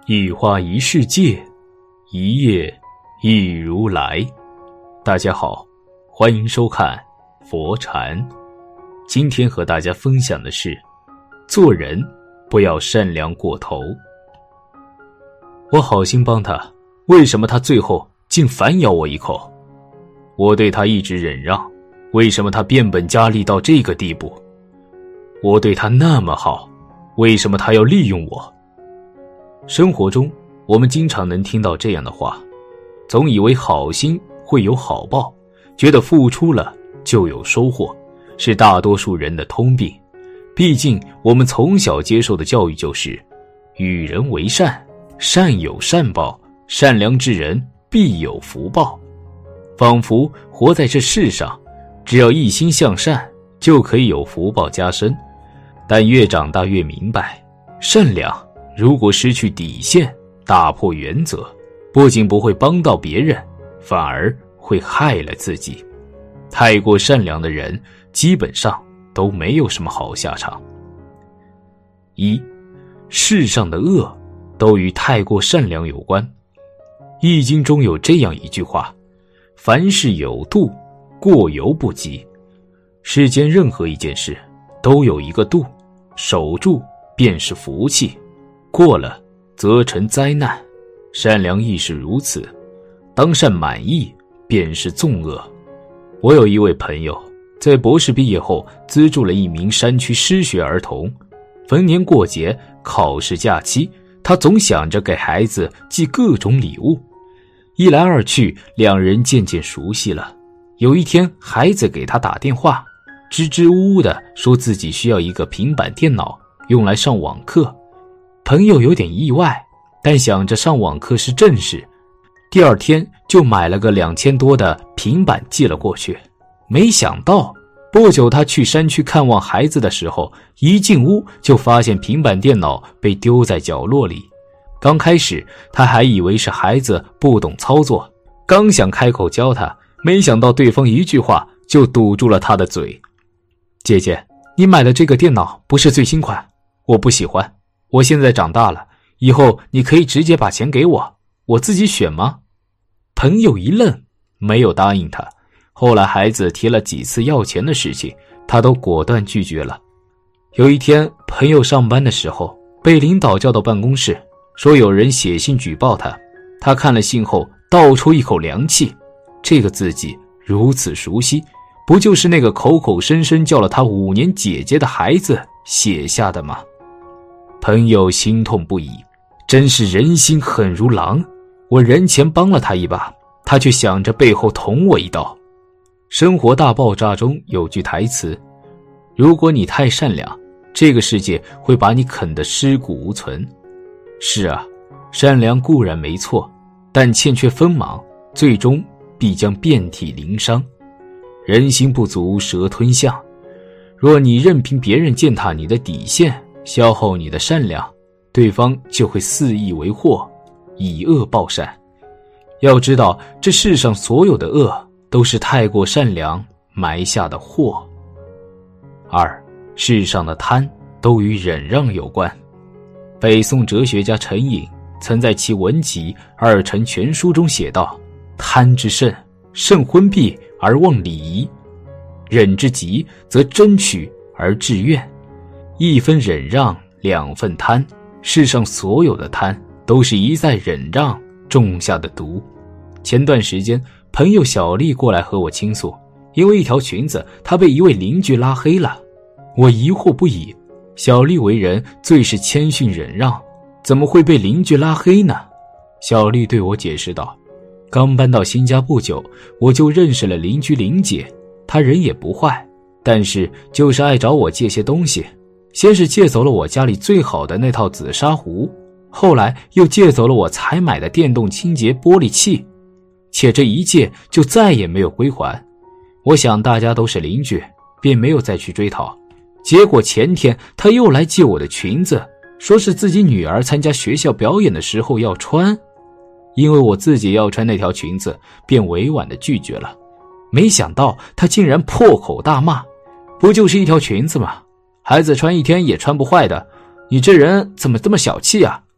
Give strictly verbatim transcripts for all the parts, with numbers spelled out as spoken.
一花一世界，一叶一如来。大家好，欢迎收看佛禅。今天和大家分享的是，做人不要善良过头。我好心帮他，为什么他最后竟反咬我一口？我对他一直忍让，为什么他变本加厉到这个地步？我对他那么好，为什么他要利用我？生活中我们经常能听到这样的话，总以为好心会有好报，觉得付出了就有收获，是大多数人的通病。毕竟我们从小接受的教育就是与人为善，善有善报，善良之人必有福报，仿佛活在这世上，只要一心向善就可以有福报加身。但越长大越明白，善良如果失去底线，打破原则，不仅不会帮到别人，反而会害了自己。太过善良的人基本上都没有什么好下场。一，世上的恶都与太过善良有关。易经中有这样一句话，凡事有度，过犹不及。世间任何一件事都有一个度，守住便是福气，过了则成灾难。善良亦是如此，当善满意便是纵恶。我有一位朋友，在博士毕业后资助了一名山区失学儿童，逢年过节、考试假期，他总想着给孩子寄各种礼物。一来二去，两人渐渐熟悉了。有一天，孩子给他打电话，支支吾吾地说自己需要一个平板电脑用来上网课。朋友有点意外，但想着上网课是正事，第二天就买了个两千多的平板寄了过去。没想到不久他去山区看望孩子的时候，一进屋就发现平板电脑被丢在角落里。刚开始他还以为是孩子不懂操作，刚想开口教他，没想到对方一句话就堵住了他的嘴。姐姐，你买的这个电脑不是最新款，我不喜欢，我现在长大了，以后你可以直接把钱给我，我自己选吗？朋友一愣，没有答应他。后来孩子提了几次要钱的事情，他都果断拒绝了。有一天，朋友上班的时候被领导叫到办公室，说有人写信举报他。他看了信后倒抽一口凉气，这个字迹如此熟悉，不就是那个口口声声叫了他五年姐姐的孩子写下的吗？朋友心痛不已，真是人心狠如狼。我人前帮了他一把，他却想着背后捅我一刀。生活大爆炸中有句台词，如果你太善良，这个世界会把你啃得尸骨无存。是啊，善良固然没错，但欠缺锋芒，最终必将遍体鳞伤。人心不足蛇吞象，若你任凭别人践踏你的底线，消耗你的善良，对方就会肆意为祸，以恶报善。要知道，这世上所有的恶都是太过善良埋下的祸。二，世上的贪都与忍让有关。北宋哲学家陈寅曾在其文集《二陈全书》中写道，贪之甚，甚昏蔽而忘礼仪；忍之极，则争取而致怨。一分忍让，两份贪。世上所有的贪都是一再忍让种下的毒。前段时间，朋友小丽过来和我倾诉，因为一条裙子她被一位邻居拉黑了。我疑惑不已，小丽为人最是谦逊忍让，怎么会被邻居拉黑呢？小丽对我解释道，刚搬到新家不久，我就认识了邻居林姐，她人也不坏，但是就是爱找我借些东西。先是借走了我家里最好的那套紫砂壶，后来又借走了我才买的电动清洁玻璃器，且这一借就再也没有归还。我想大家都是邻居，便没有再去追讨。结果前天他又来借我的裙子，说是自己女儿参加学校表演的时候要穿。因为我自己要穿那条裙子，便委婉地拒绝了。没想到他竟然破口大骂，不就是一条裙子吗？孩子穿一天也穿不坏的，你这人怎么这么小气啊？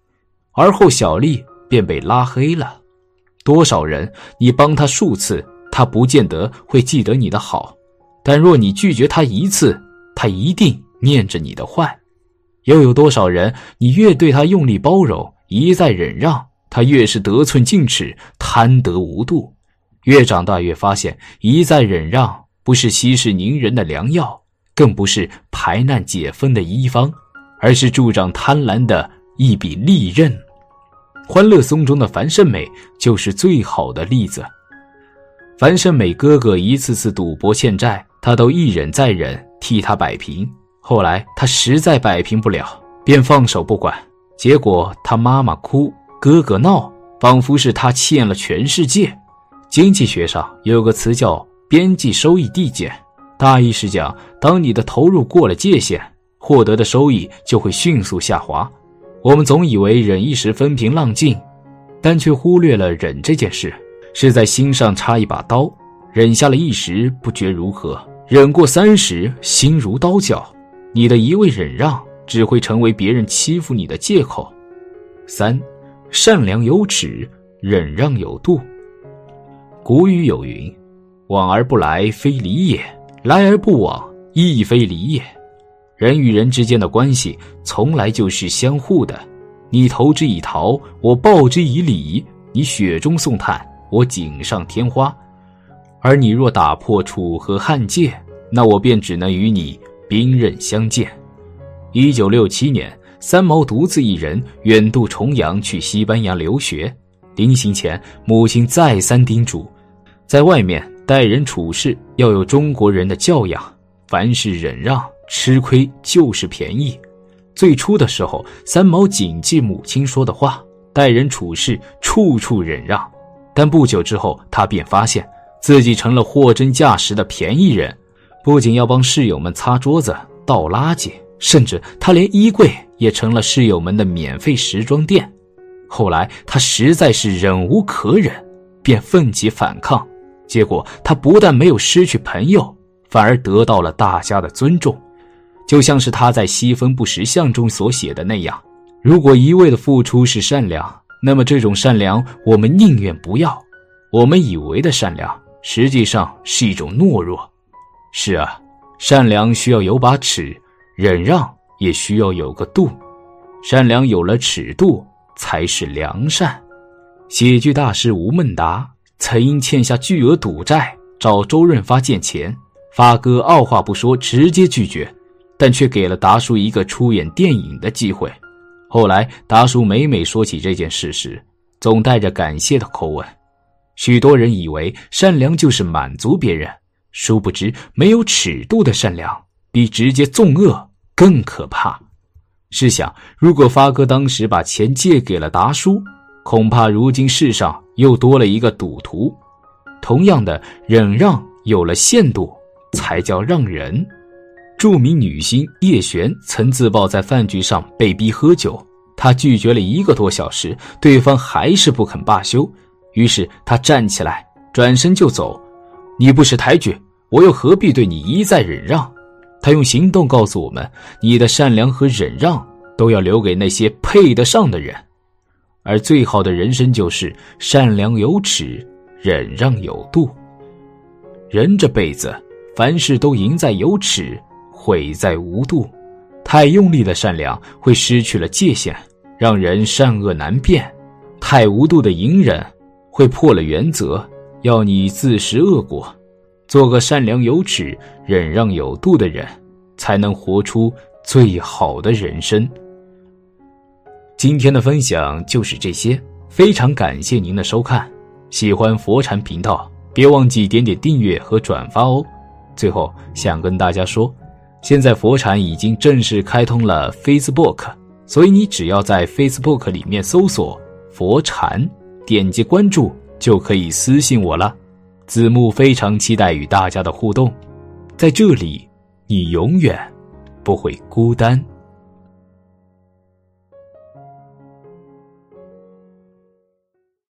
而后小丽便被拉黑了。多少人你帮他数次，他不见得会记得你的好，但若你拒绝他一次，他一定念着你的坏。又有多少人你越对他用力包容，一再忍让，他越是得寸进尺，贪得无度。越长大越发现，一再忍让不是息事宁人的良药，更不是排难解纷的医方，而是助长贪婪的一笔利刃。欢乐颂中的樊胜美就是最好的例子。樊胜美哥哥一次次赌博欠债，他都一忍再忍，替他摆平。后来他实在摆平不了，便放手不管，结果他妈妈哭，哥哥闹，仿佛是他欠了全世界。经济学上有个词叫边际收益递减，大意是讲，当你的投入过了界限，获得的收益就会迅速下滑。我们总以为忍一时风平浪静，但却忽略了忍这件事是在心上插一把刀，忍下了一时不觉如何，忍过三十心如刀绞。你的一味忍让只会成为别人欺负你的借口。三，善良有尺，忍让有度。古语有云，往而不来非礼也，来而不往亦非礼也。人与人之间的关系从来就是相互的，你投之以桃，我报之以李，你雪中送炭，我锦上添花。而你若打破楚河汉界，那我便只能与你兵刃相见。一九六七年，三毛独自一人远渡重洋去西班牙留学，临行前母亲再三叮嘱，在外面待人处事要有中国人的教养，凡事忍让，吃亏就是便宜。最初的时候，三毛谨记母亲说的话，待人处事处处忍让，但不久之后他便发现自己成了货真价实的便宜人，不仅要帮室友们擦桌子倒垃圾，甚至他连衣柜也成了室友们的免费时装店。后来他实在是忍无可忍，便奋起反抗，结果他不但没有失去朋友，反而得到了大家的尊重。就像是他在《西风不识相》中所写的那样，如果一味的付出是善良，那么这种善良我们宁愿不要。我们以为的善良，实际上是一种懦弱。是啊，善良需要有把尺，忍让也需要有个度。善良有了尺度，才是良善。喜剧大师吴孟达曾因欠下巨额赌债找周润发借钱，发哥二话不说直接拒绝，但却给了达叔一个出演电影的机会。后来达叔每每说起这件事时，总带着感谢的口吻。许多人以为善良就是满足别人，殊不知没有尺度的善良比直接纵恶更可怕。试想，如果发哥当时把钱借给了达叔，恐怕如今世上又多了一个赌徒。同样的，忍让有了限度，才叫让人。著名女星叶璇曾自曝在饭局上被逼喝酒，她拒绝了一个多小时，对方还是不肯罢休，于是她站起来转身就走。你不识抬举，我又何必对你一再忍让？她用行动告诉我们，你的善良和忍让都要留给那些配得上的人。而最好的人生就是善良有尺，忍让有度。人这辈子凡事都赢在有尺，毁在无度。太用力的善良会失去了界限，让人善恶难辨；太无度的隐忍会破了原则，要你自食恶果。做个善良有尺，忍让有度的人，才能活出最好的人生。今天的分享就是这些，非常感谢您的收看。喜欢佛禅频道，别忘记点点订阅和转发哦。最后想跟大家说，现在佛禅已经正式开通了 Facebook， 所以你只要在 Facebook 里面搜索佛禅，点击关注就可以私信我了。子木非常期待与大家的互动，在这里你永远不会孤单。